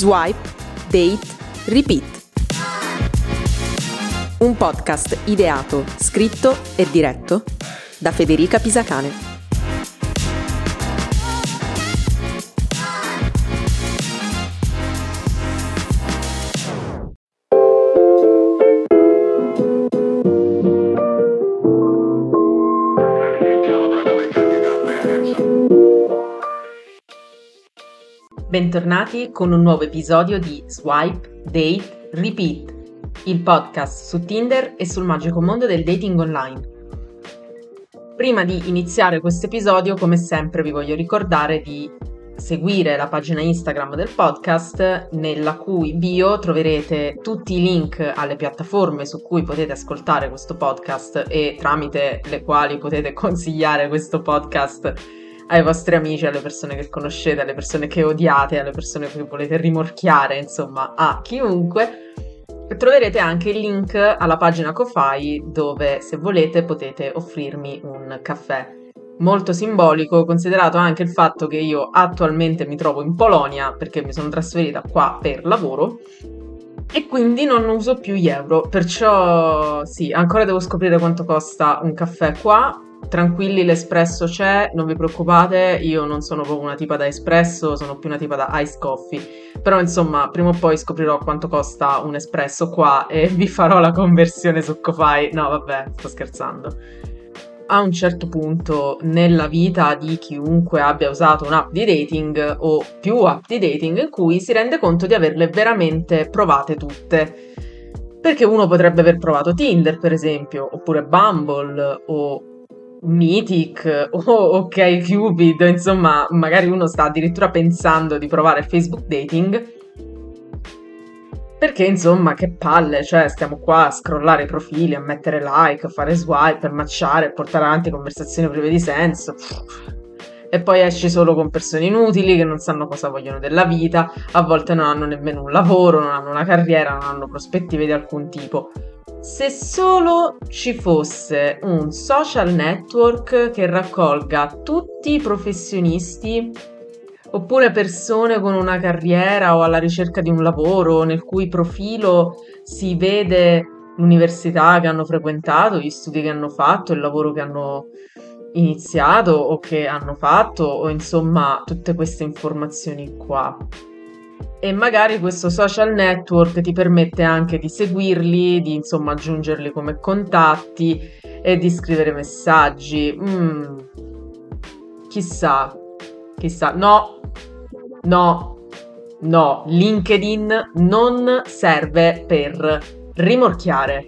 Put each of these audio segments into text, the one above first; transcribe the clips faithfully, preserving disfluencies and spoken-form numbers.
Swipe, Date, Repeat. Un podcast ideato, scritto e diretto da Federica Pisacane. Bentornati con un nuovo episodio di Swipe, Date, Repeat, il podcast su Tinder e sul magico mondo del dating online. Prima di iniziare questo episodio, come sempre, vi voglio ricordare di seguire la pagina Instagram del podcast, nella cui bio troverete tutti i link alle piattaforme su cui potete ascoltare questo podcast e tramite le quali potete consigliare questo podcast ai vostri amici, alle persone che conoscete, alle persone che odiate, alle persone che volete rimorchiare, insomma, a chiunque. Troverete anche il link alla pagina Ko-Fi dove, se volete, potete offrirmi un caffè. Molto simbolico, considerato anche il fatto che io attualmente mi trovo in Polonia perché mi sono trasferita qua per lavoro e quindi non uso più gli euro, perciò sì, ancora devo scoprire quanto costa un caffè qua. Tranquilli, l'espresso c'è, non vi preoccupate, io non sono proprio una tipa da espresso, sono più una tipa da ice coffee, però insomma prima o poi scoprirò quanto costa un espresso qua e vi farò la conversione su Ko-Fi. No vabbè, sto scherzando. A un certo punto nella vita di chiunque abbia usato un'app di dating o più app di dating, in cui si rende conto di averle veramente provate tutte, perché uno potrebbe aver provato Tinder per esempio, oppure Bumble o Mythic o OkCupid, insomma magari uno sta addirittura pensando di provare Facebook dating, perché insomma che palle, cioè stiamo qua a scrollare i profili, a mettere like, a fare swipe, per matchare, portare avanti conversazioni prive di senso, e poi esci solo con persone inutili che non sanno cosa vogliono della vita, a volte non hanno nemmeno un lavoro, non hanno una carriera, non hanno prospettive di alcun tipo. Se solo ci fosse un social network che raccolga tutti i professionisti oppure persone con una carriera o alla ricerca di un lavoro, nel cui profilo si vede l'università che hanno frequentato, gli studi che hanno fatto, il lavoro che hanno iniziato o che hanno fatto, o insomma tutte queste informazioni qua. E magari questo social network ti permette anche di seguirli, di insomma aggiungerli come contatti e di scrivere messaggi. Mm. Chissà, chissà. No, no, no. LinkedIn non serve per rimorchiare.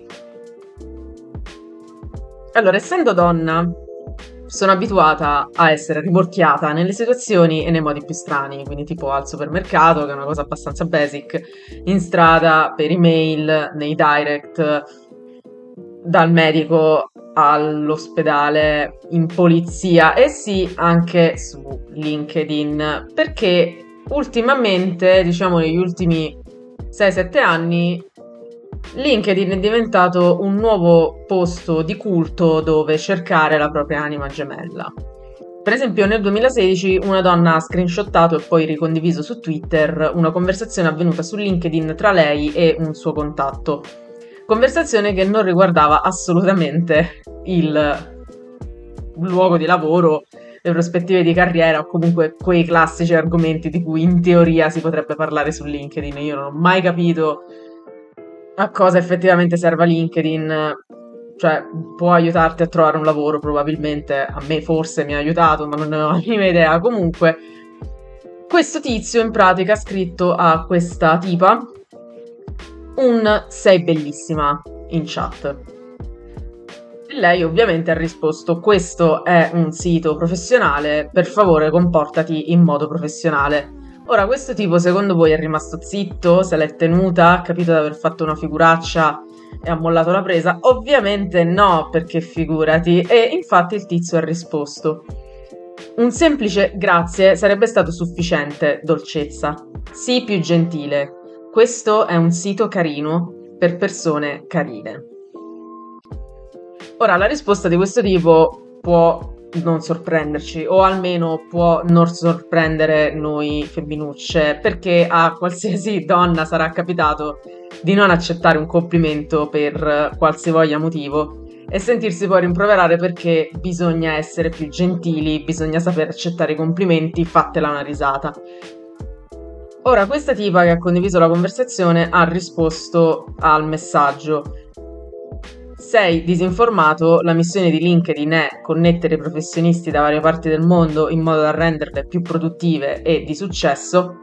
Allora, essendo donna, sono abituata a essere rimorchiata nelle situazioni e nei modi più strani, quindi tipo al supermercato, che è una cosa abbastanza basic, in strada, per email, nei direct, dal medico all'ospedale, in polizia e sì, anche su LinkedIn, perché ultimamente, diciamo negli ultimi sei sette anni, LinkedIn è diventato un nuovo posto di culto dove cercare la propria anima gemella. Per esempio nel duemilasedici una donna ha screenshottato e poi ricondiviso su Twitter una conversazione avvenuta su LinkedIn tra lei e un suo contatto. Conversazione che non riguardava assolutamente il luogo di lavoro, le prospettive di carriera o comunque quei classici argomenti di cui in teoria si potrebbe parlare su LinkedIn. Io non ho mai capito a cosa effettivamente serva LinkedIn, cioè può aiutarti a trovare un lavoro, probabilmente a me forse mi ha aiutato, ma non ne ho la minima idea. Comunque questo tizio in pratica ha scritto a questa tipa un "sei bellissima" in chat e lei ovviamente ha risposto: questo è un sito professionale, per favore comportati in modo professionale. Ora, questo tipo secondo voi è rimasto zitto, se l'è tenuta, ha capito di aver fatto una figuraccia e ha mollato la presa? Ovviamente no, perché figurati. E infatti il tizio ha risposto: un semplice grazie sarebbe stato sufficiente, dolcezza. Sii più gentile. Questo è un sito carino per persone carine. Ora, la risposta di questo tipo può non sorprenderci, o almeno può non sorprendere noi femminucce, perché a qualsiasi donna sarà capitato di non accettare un complimento per qualsivoglia motivo e sentirsi poi rimproverare perché bisogna essere più gentili, bisogna saper accettare i complimenti, fatela una risata. Ora, questa tipa che ha condiviso la conversazione ha risposto al messaggio: sei disinformato, la missione di LinkedIn è connettere i professionisti da varie parti del mondo in modo da renderle più produttive e di successo,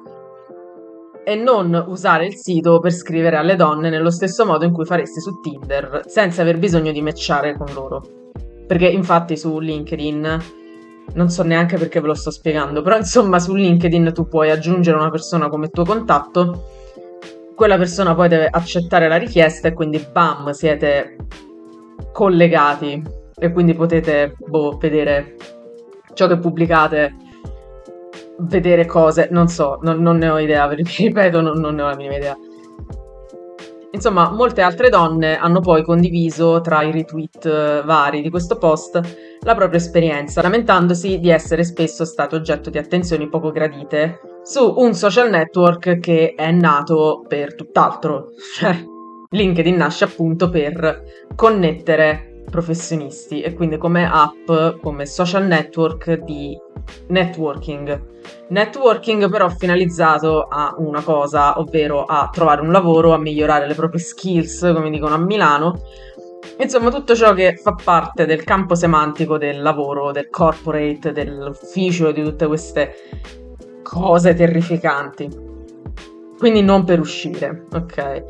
e non usare il sito per scrivere alle donne nello stesso modo in cui faresti su Tinder, senza aver bisogno di matchare con loro. Perché infatti su LinkedIn, non so neanche perché ve lo sto spiegando, però insomma su LinkedIn tu puoi aggiungere una persona come tuo contatto, quella persona poi deve accettare la richiesta e quindi bam, siete collegati e quindi potete boh, vedere ciò che pubblicate, vedere cose, non so, non, non ne ho idea, vi ripeto, non, non ne ho la minima idea. Insomma, molte altre donne hanno poi condiviso tra i retweet eh, vari di questo post la propria esperienza, lamentandosi di essere spesso state oggetto di attenzioni poco gradite su un social network che è nato per tutt'altro. Cioè, LinkedIn nasce appunto per connettere professionisti e quindi come app, come social network di networking. Networking però finalizzato a una cosa, ovvero a trovare un lavoro, a migliorare le proprie skills, come dicono a Milano. Insomma, tutto ciò che fa parte del campo semantico del lavoro, del corporate, dell'ufficio, di tutte queste cose terrificanti. Quindi non per uscire, ok?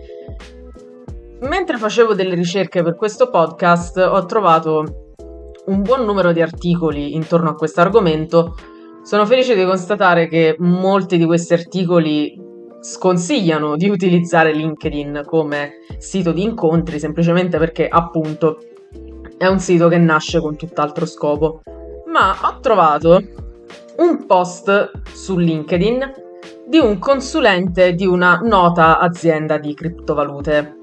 Mentre facevo delle ricerche per questo podcast, ho trovato un buon numero di articoli intorno a questo argomento. Sono felice di constatare che molti di questi articoli sconsigliano di utilizzare LinkedIn come sito di incontri, semplicemente perché appunto è un sito che nasce con tutt'altro scopo. Ma ho trovato un post su LinkedIn di un consulente di una nota azienda di criptovalute.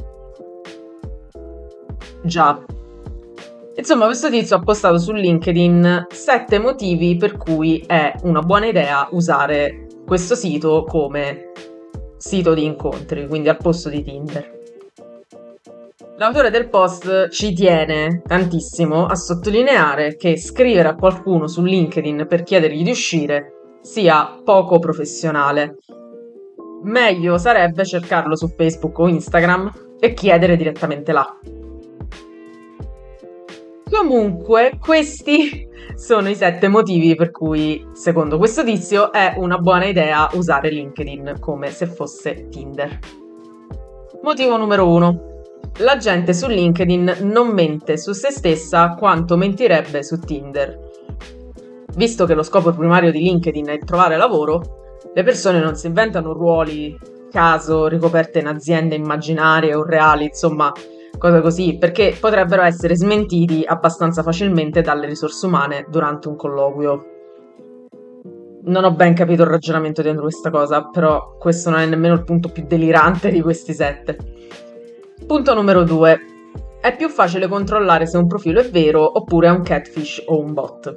Già. Insomma, questo tizio ha postato su LinkedIn sette motivi per cui è una buona idea usare questo sito come sito di incontri, quindi al posto di Tinder. L'autore del post ci tiene tantissimo a sottolineare che scrivere a qualcuno su LinkedIn per chiedergli di uscire sia poco professionale. Meglio sarebbe cercarlo su Facebook o Instagram e chiedere direttamente là. Comunque, questi sono i sette motivi per cui, secondo questo tizio, è una buona idea usare LinkedIn come se fosse Tinder. Motivo numero uno. La gente su LinkedIn non mente su se stessa quanto mentirebbe su Tinder. Visto che lo scopo primario di LinkedIn è trovare lavoro, le persone non si inventano ruoli caso ricoperte in aziende immaginarie o reali, insomma, cose così, perché potrebbero essere smentiti abbastanza facilmente dalle risorse umane durante un colloquio. Non ho ben capito il ragionamento dietro questa cosa, però questo non è nemmeno il punto più delirante di questi sette. Punto numero due. È più facile controllare se un profilo è vero oppure è un catfish o un bot.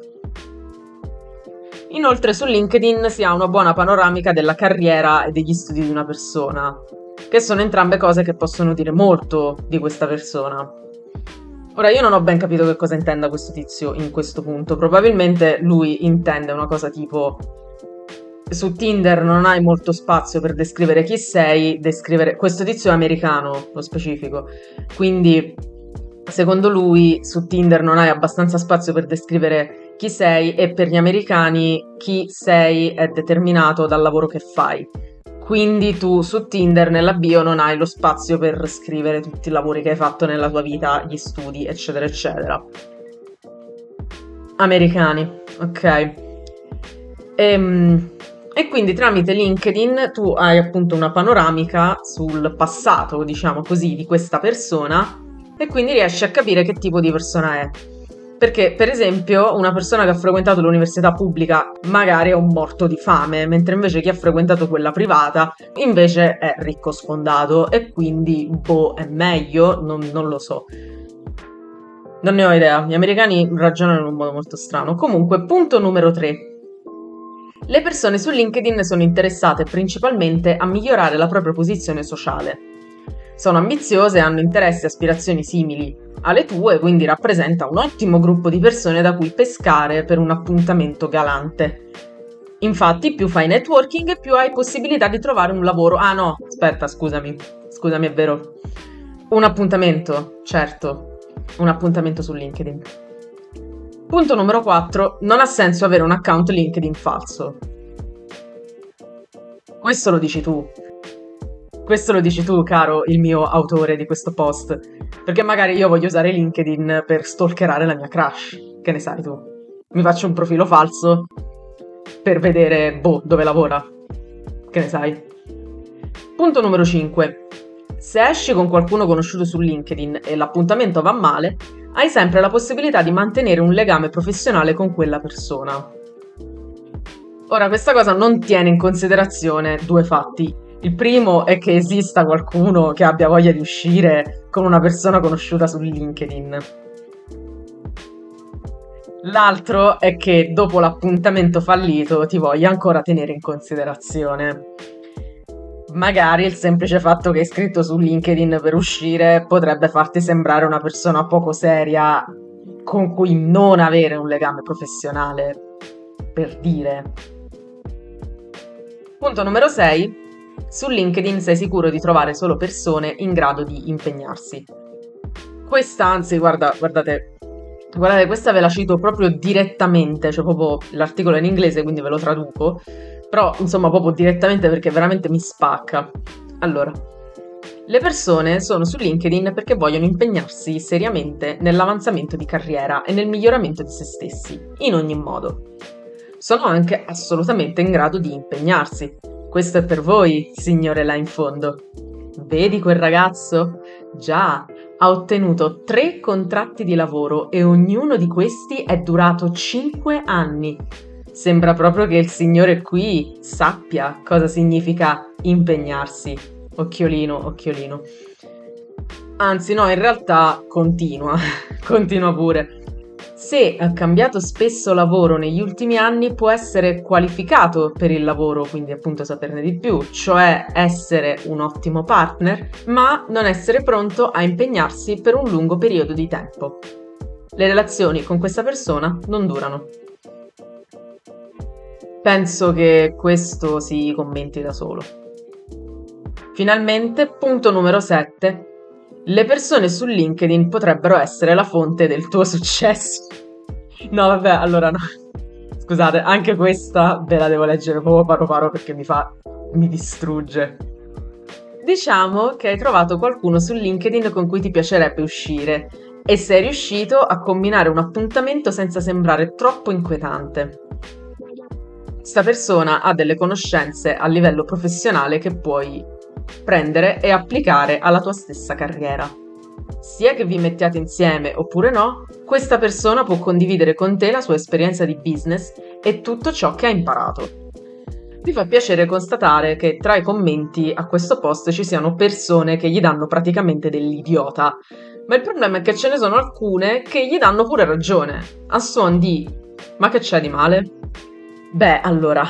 Inoltre su LinkedIn si ha una buona panoramica della carriera e degli studi di una persona, che sono entrambe cose che possono dire molto di questa persona. Ora, io non ho ben capito che cosa intenda questo tizio in questo punto. Probabilmente lui intende una cosa tipo: su Tinder non hai molto spazio per descrivere chi sei, descrivere... Questo tizio è americano, lo specifico, quindi secondo lui su Tinder non hai abbastanza spazio per descrivere chi sei, e per gli americani chi sei è determinato dal lavoro che fai. Quindi tu su Tinder nella bio non hai lo spazio per scrivere tutti i lavori che hai fatto nella tua vita, gli studi, eccetera, eccetera. Americani, ok. Ehm... E quindi tramite LinkedIn tu hai appunto una panoramica sul passato, diciamo così, di questa persona, e quindi riesci a capire che tipo di persona è. Perché, per esempio, una persona che ha frequentato l'università pubblica magari è un morto di fame, mentre invece chi ha frequentato quella privata invece è ricco sfondato, e quindi, boh, è meglio? Non, non lo so. Non ne ho idea, gli americani ragionano in un modo molto strano. Comunque, punto numero tre. Le persone su LinkedIn sono interessate principalmente a migliorare la propria posizione sociale. Sono ambiziose e hanno interessi e aspirazioni simili alle tue, quindi rappresenta un ottimo gruppo di persone da cui pescare per un appuntamento galante. Infatti, più fai networking, più hai possibilità di trovare un lavoro. Ah no, aspetta, scusami, scusami, è vero. Un appuntamento, certo. Un appuntamento su LinkedIn. Punto numero quattro. Non ha senso avere un account LinkedIn falso. Questo lo dici tu. Questo lo dici tu, caro il mio autore di questo post. Perché magari io voglio usare LinkedIn per stalkerare la mia crush. Che ne sai tu? Mi faccio un profilo falso per vedere, boh, dove lavora. Che ne sai? Punto numero cinque. Se esci con qualcuno conosciuto su LinkedIn e l'appuntamento va male, hai sempre la possibilità di mantenere un legame professionale con quella persona. Ora, questa cosa non tiene in considerazione due fatti. Il primo è che esista qualcuno che abbia voglia di uscire con una persona conosciuta su LinkedIn. L'altro è che dopo l'appuntamento fallito ti voglia ancora tenere in considerazione. Magari il semplice fatto che hai scritto su LinkedIn per uscire potrebbe farti sembrare una persona poco seria con cui non avere un legame professionale, per dire. Punto numero sei. Su LinkedIn sei sicuro di trovare solo persone in grado di impegnarsi. Questa, anzi, guarda, guardate, guardate, questa ve la cito proprio direttamente, cioè proprio l'articolo è in inglese, quindi ve lo traduco. Però, insomma, proprio direttamente perché veramente mi spacca. Allora, le persone sono su LinkedIn perché vogliono impegnarsi seriamente nell'avanzamento di carriera e nel miglioramento di se stessi, in ogni modo. Sono anche assolutamente in grado di impegnarsi. Questo è per voi, signore là in fondo. Vedi quel ragazzo? Già, ha ottenuto tre contratti di lavoro e ognuno di questi è durato cinque anni. Sembra proprio che il signore qui sappia cosa significa impegnarsi. Occhiolino, occhiolino. Anzi, no, in realtà continua, continua pure. Se ha cambiato spesso lavoro negli ultimi anni, può essere qualificato per il lavoro, quindi appunto saperne di più, cioè essere un ottimo partner, ma non essere pronto a impegnarsi per un lungo periodo di tempo. Le relazioni con questa persona non durano. Penso che questo si commenti da solo. Finalmente, punto numero sette. Le persone su LinkedIn potrebbero essere la fonte del tuo successo. No, vabbè, allora no. Scusate, anche questa ve la devo leggere proprio paro paro perché mi fa... mi distrugge. Diciamo che hai trovato qualcuno su LinkedIn con cui ti piacerebbe uscire e sei riuscito a combinare un appuntamento senza sembrare troppo inquietante. Questa persona ha delle conoscenze a livello professionale che puoi prendere e applicare alla tua stessa carriera. Sia che vi mettiate insieme oppure no, questa persona può condividere con te la sua esperienza di business e tutto ciò che ha imparato. Mi fa piacere constatare che tra i commenti a questo post ci siano persone che gli danno praticamente dell'idiota, ma il problema è che ce ne sono alcune che gli danno pure ragione, a suon di «ma che c'è di male?» Beh, allora,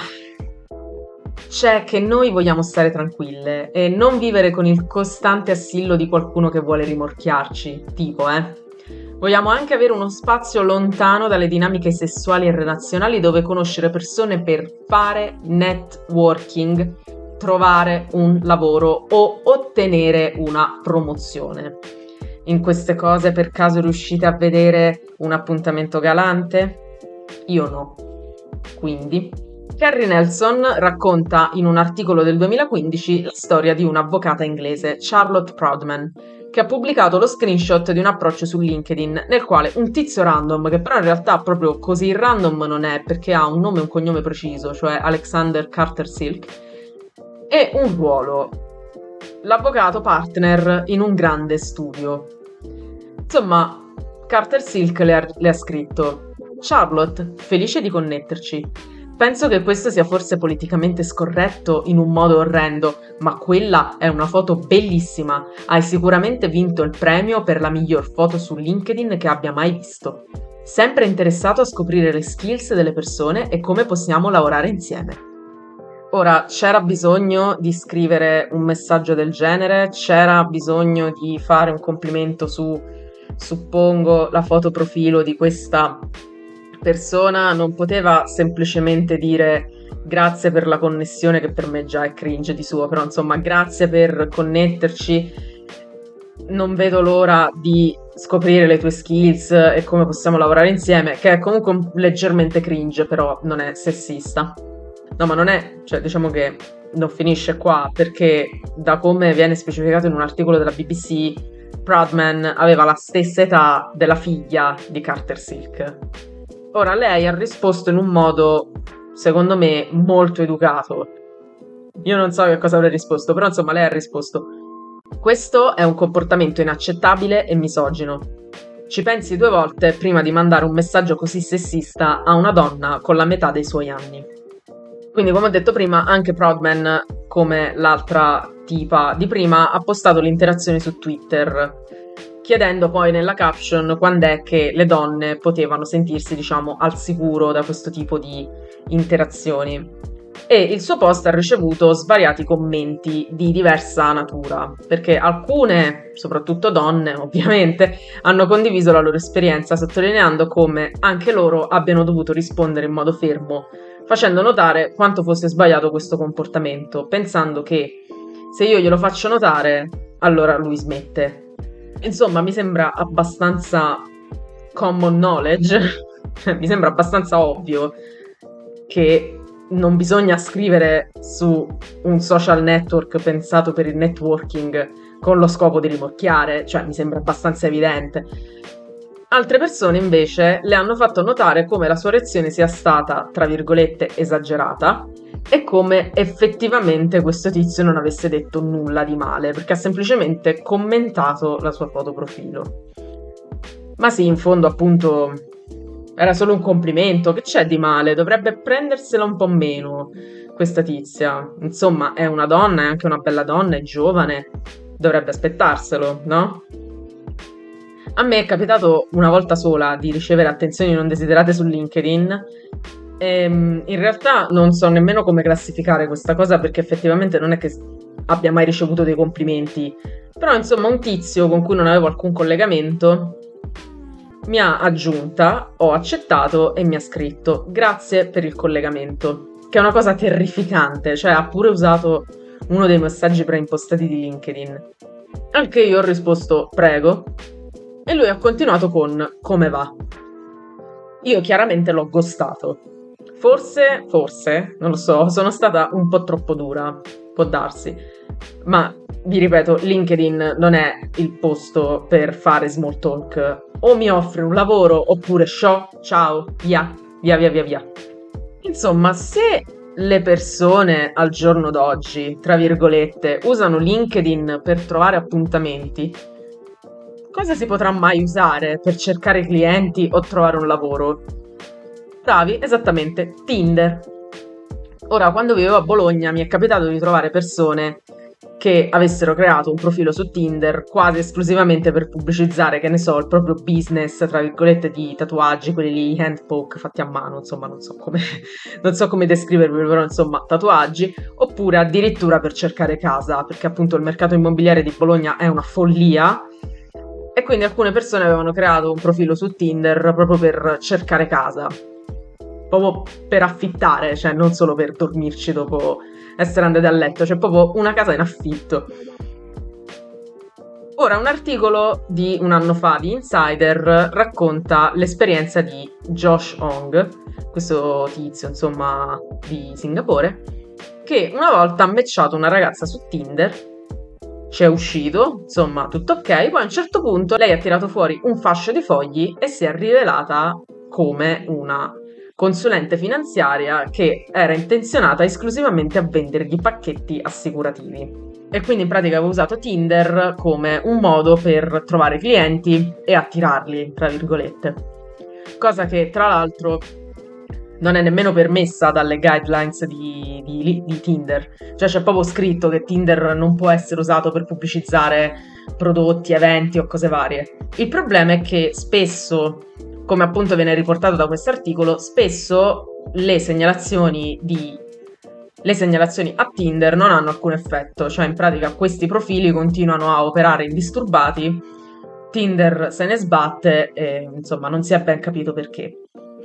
c'è che noi vogliamo stare tranquille e non vivere con il costante assillo di qualcuno che vuole rimorchiarci, tipo, eh. Vogliamo anche avere uno spazio lontano dalle dinamiche sessuali e relazionali dove conoscere persone per fare networking, trovare un lavoro o ottenere una promozione. In queste cose per caso riuscite a vedere un appuntamento galante? Io no. Quindi, Carrie Nelson racconta in un articolo del duemilaquindici la storia di un'avvocata inglese, Charlotte Proudman, che ha pubblicato lo screenshot di un approccio su LinkedIn nel quale un tizio random, che però in realtà proprio così random non è perché ha un nome e un cognome preciso, cioè Alexander Carter Silk, e un ruolo, l'avvocato partner in un grande studio. Insomma, Carter Silk le ha, le ha scritto: Charlotte, felice di connetterci. Penso che questo sia forse politicamente scorretto in un modo orrendo, ma quella è una foto bellissima. Hai sicuramente vinto il premio per la miglior foto su LinkedIn che abbia mai visto. Sempre interessato a scoprire le skills delle persone e come possiamo lavorare insieme. Ora, c'era bisogno di scrivere un messaggio del genere? C'era bisogno di fare un complimento su, suppongo, la foto profilo di questa persona? Non poteva semplicemente dire grazie per la connessione, che per me già è cringe di suo, però insomma grazie per connetterci, non vedo l'ora di scoprire le tue skills e come possiamo lavorare insieme, che è comunque leggermente cringe, però non è sessista. No, ma non è, cioè diciamo che non finisce qua, perché da come viene specificato in un articolo della B B C, Proudman aveva la stessa età della figlia di Carter Silk. Ora, lei ha risposto in un modo, secondo me, molto educato. Io non so che cosa avrei risposto, però insomma lei ha risposto: questo è un comportamento inaccettabile e misogino. Ci pensi due volte prima di mandare un messaggio così sessista a una donna con la metà dei suoi anni. Quindi, come ho detto prima, anche Proudman, come l'altra tipa di prima, ha postato l'interazione su Twitter, chiedendo poi nella caption quando è che le donne potevano sentirsi, diciamo, al sicuro da questo tipo di interazioni. E il suo post ha ricevuto svariati commenti di diversa natura, perché alcune, soprattutto donne ovviamente, hanno condiviso la loro esperienza, sottolineando come anche loro abbiano dovuto rispondere in modo fermo, facendo notare quanto fosse sbagliato questo comportamento, pensando che se io glielo faccio notare, allora lui smette. Insomma, mi sembra abbastanza common knowledge, mi sembra abbastanza ovvio che non bisogna scrivere su un social network pensato per il networking con lo scopo di rimorchiare, cioè mi sembra abbastanza evidente. Altre persone invece le hanno fatto notare come la sua reazione sia stata, tra virgolette, esagerata e come effettivamente questo tizio non avesse detto nulla di male, perché ha semplicemente commentato la sua foto profilo. Ma sì, in fondo appunto era solo un complimento, che c'è di male? Dovrebbe prendersela un po' meno questa tizia. Insomma, è una donna, è anche una bella donna, è giovane, dovrebbe aspettarselo, no? A me è capitato una volta sola di ricevere attenzioni non desiderate su LinkedIn e in realtà non so nemmeno come classificare questa cosa, perché effettivamente non è che abbia mai ricevuto dei complimenti, però insomma un tizio con cui non avevo alcun collegamento mi ha aggiunta, ho accettato e mi ha scritto grazie per il collegamento, che è una cosa terrificante, cioè ha pure usato uno dei messaggi preimpostati di LinkedIn, al che io ho risposto prego. E lui ha continuato con come va. Io chiaramente l'ho ghostato. Forse, forse, non lo so, sono stata un po' troppo dura, può darsi. Ma, vi ripeto, LinkedIn non è il posto per fare small talk. O mi offri un lavoro, oppure show, ciao, via, via, via, via, via. Insomma, se le persone al giorno d'oggi, tra virgolette, usano LinkedIn per trovare appuntamenti, cosa si potrà mai usare per cercare clienti o trovare un lavoro? Bravi, esattamente, Tinder. Ora, quando vivevo a Bologna mi è capitato di trovare persone che avessero creato un profilo su Tinder quasi esclusivamente per pubblicizzare, che ne so, il proprio business, tra virgolette, di tatuaggi, quelli lì hand poke fatti a mano, insomma, non so come, non so come descrivervi, però insomma, tatuaggi, oppure addirittura per cercare casa, perché appunto il mercato immobiliare di Bologna è una follia. E quindi alcune persone avevano creato un profilo su Tinder proprio per cercare casa, proprio per affittare, cioè non solo per dormirci dopo essere andate a letto, cioè proprio una casa in affitto. Ora, un articolo di un anno fa di Insider racconta l'esperienza di Josh Ong, questo tizio, insomma, di Singapore, che una volta ha matchato una ragazza su Tinder, ci è uscito, insomma, tutto ok, poi a un certo punto lei ha tirato fuori un fascio di fogli e si è rivelata come una consulente finanziaria che era intenzionata esclusivamente a vendergli pacchetti assicurativi. E quindi in pratica aveva usato Tinder come un modo per trovare clienti e attirarli, tra virgolette. Cosa che tra l'altro non è nemmeno permessa dalle guidelines di, di, di Tinder. Cioè c'è proprio scritto che Tinder non può essere usato per pubblicizzare prodotti, eventi o cose varie. Il problema è che spesso, come appunto viene riportato da questo articolo, spesso le segnalazioni di le segnalazioni a Tinder non hanno alcun effetto, cioè in pratica questi profili continuano a operare indisturbati, Tinder se ne sbatte e insomma non si è ben capito perché.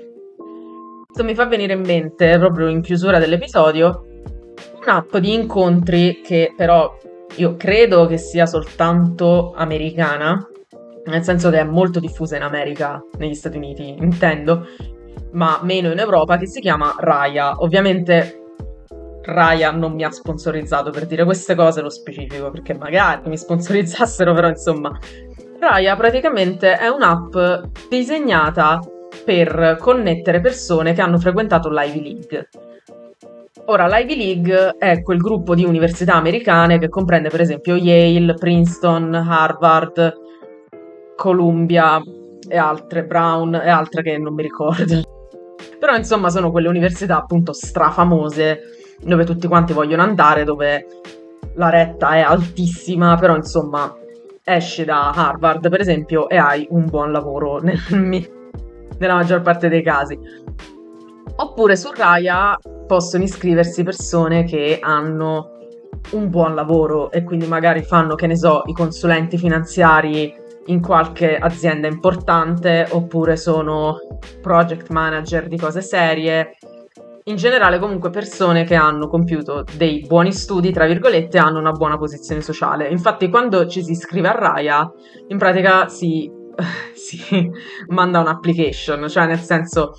Questo mi fa venire in mente, proprio in chiusura dell'episodio, un'app di incontri che però io credo che sia soltanto americana, nel senso che è molto diffusa in America, negli Stati Uniti, intendo, ma meno in Europa, che si chiama Raya. Ovviamente Raya non mi ha sponsorizzato per dire queste cose, lo specifico, perché magari mi sponsorizzassero, però insomma. Raya praticamente è un'app disegnata per connettere persone che hanno frequentato l'Ivy League. Ora, l'Ivy League è quel gruppo di università americane che comprende per esempio Yale, Princeton, Harvard, Columbia e altre, Brown e altre che non mi ricordo. Però insomma sono quelle università appunto strafamose dove tutti quanti vogliono andare, dove la retta è altissima, però insomma esci da Harvard per esempio e hai un buon lavoro nel, nella maggior parte dei casi. Oppure su Raya possono iscriversi persone che hanno un buon lavoro e quindi magari fanno, che ne so, i consulenti finanziari in qualche azienda importante, oppure sono project manager di cose serie. In generale comunque persone che hanno compiuto dei buoni studi, tra virgolette, hanno una buona posizione sociale. Infatti quando ci si iscrive a Raya, in pratica si, si manda un'application, cioè nel senso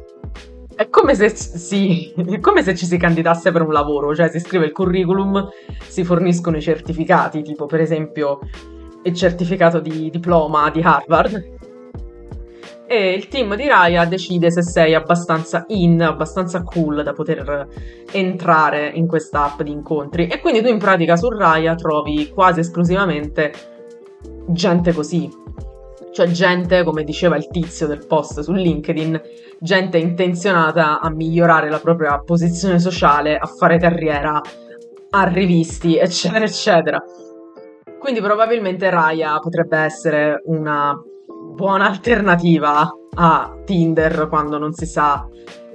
è come se, si, è come se ci si candidasse per un lavoro, cioè si scrive il curriculum, si forniscono i certificati, tipo per esempio il certificato di diploma di Harvard, e il team di Raya decide se sei abbastanza in, abbastanza cool da poter entrare in questa app di incontri. E quindi tu in pratica su Raya trovi quasi esclusivamente gente così, cioè gente, come diceva il tizio del post su LinkedIn, gente intenzionata a migliorare la propria posizione sociale, a fare carriera, arrivisti, eccetera eccetera. Quindi probabilmente Raya potrebbe essere una buona alternativa a Tinder quando non si sa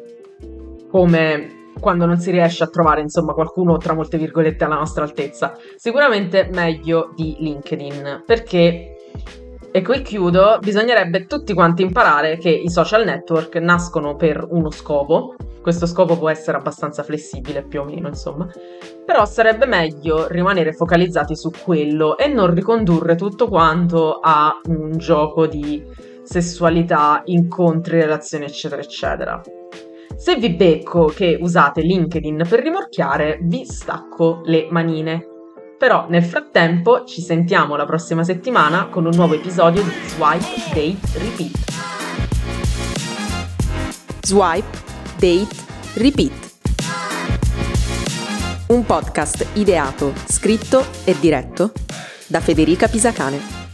come, quando non si riesce a trovare insomma qualcuno tra molte virgolette alla nostra altezza. Sicuramente meglio di LinkedIn, perché, e qui chiudo, bisognerebbe tutti quanti imparare che i social network nascono per uno scopo. Questo scopo può essere abbastanza flessibile più o meno, insomma, però sarebbe meglio rimanere focalizzati su quello e non ricondurre tutto quanto a un gioco di sessualità, incontri, relazioni, eccetera, eccetera. Se vi becco che usate LinkedIn per rimorchiare, vi stacco le manine. Però nel frattempo ci sentiamo la prossima settimana con un nuovo episodio di Swipe, Date, Repeat. Swipe, Date, Repeat. Un podcast ideato, scritto e diretto da Federica Pisacane.